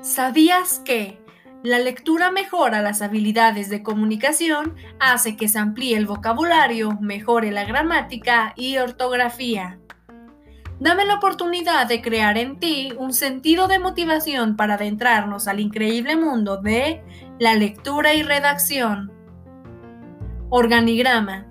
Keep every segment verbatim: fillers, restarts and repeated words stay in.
¿Sabías que la lectura mejora las habilidades de comunicación, hace que se amplíe el vocabulario, mejore la gramática y ortografía? Dame la oportunidad de crear en ti un sentido de motivación para adentrarnos al increíble mundo de la lectura y redacción. Organigrama.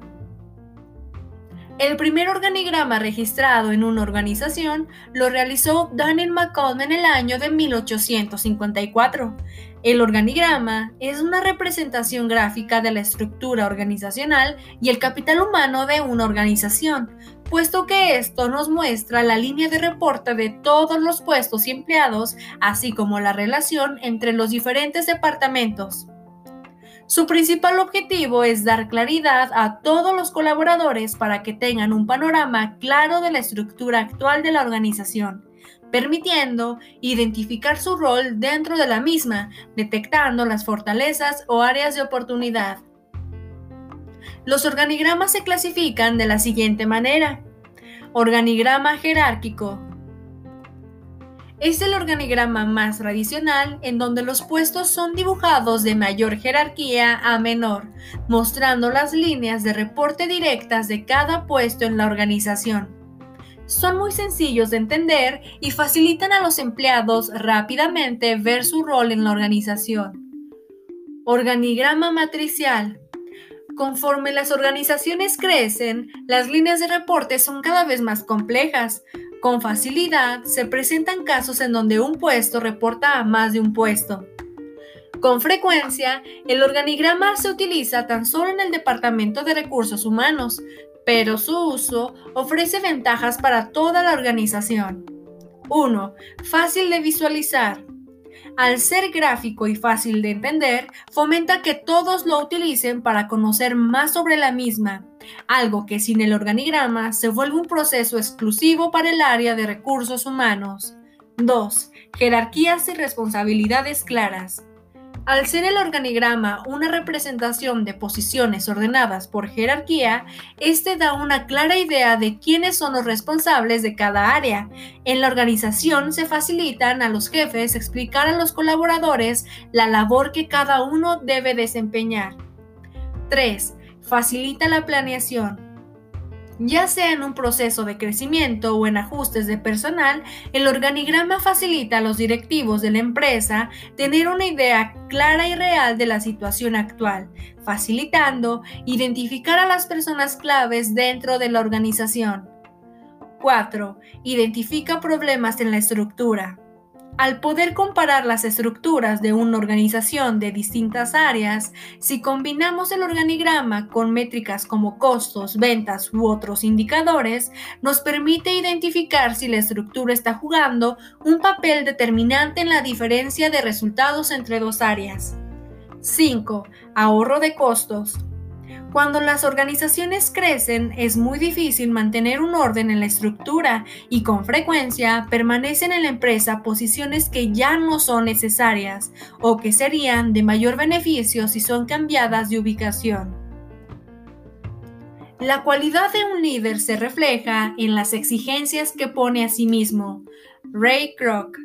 El primer organigrama registrado en una organización lo realizó Daniel McCollum en el año de mil ochocientos cincuenta y cuatro. El organigrama es una representación gráfica de la estructura organizacional y el capital humano de una organización, puesto que esto nos muestra la línea de reporte de todos los puestos y empleados, así como la relación entre los diferentes departamentos. Su principal objetivo es dar claridad a todos los colaboradores para que tengan un panorama claro de la estructura actual de la organización, permitiendo identificar su rol dentro de la misma, detectando las fortalezas o áreas de oportunidad. Los organigramas se clasifican de la siguiente manera. Organigrama jerárquico. Es el organigrama más tradicional en donde los puestos son dibujados de mayor jerarquía a menor, mostrando las líneas de reporte directas de cada puesto en la organización. Son muy sencillos de entender y facilitan a los empleados rápidamente ver su rol en la organización. Organigrama matricial. Conforme las organizaciones crecen, las líneas de reporte son cada vez más complejas. Con facilidad se presentan casos en donde un puesto reporta a más de un puesto. Con frecuencia, el organigrama se utiliza tan solo en el Departamento de Recursos Humanos, pero su uso ofrece ventajas para toda la organización. uno. Fácil de visualizar. Al ser gráfico y fácil de entender, fomenta que todos lo utilicen para conocer más sobre la misma, algo que sin el organigrama se vuelve un proceso exclusivo para el área de recursos humanos. dos. Jerarquías y responsabilidades claras. Al ser el organigrama una representación de posiciones ordenadas por jerarquía, este da una clara idea de quiénes son los responsables de cada área. En la organización se facilitan a los jefes explicar a los colaboradores la labor que cada uno debe desempeñar. tres. Facilita la planeación. Ya sea en un proceso de crecimiento o en ajustes de personal, el organigrama facilita a los directivos de la empresa tener una idea clara y real de la situación actual, facilitando identificar a las personas claves dentro de la organización. cuatro. Identifica problemas en la estructura. Al poder comparar las estructuras de una organización de distintas áreas, si combinamos el organigrama con métricas como costos, ventas u otros indicadores, nos permite identificar si la estructura está jugando un papel determinante en la diferencia de resultados entre dos áreas. cinco. Ahorro de costos. Cuando las organizaciones crecen, es muy difícil mantener un orden en la estructura y con frecuencia permanecen en la empresa posiciones que ya no son necesarias o que serían de mayor beneficio si son cambiadas de ubicación. La cualidad de un líder se refleja en las exigencias que pone a sí mismo. Ray Kroc.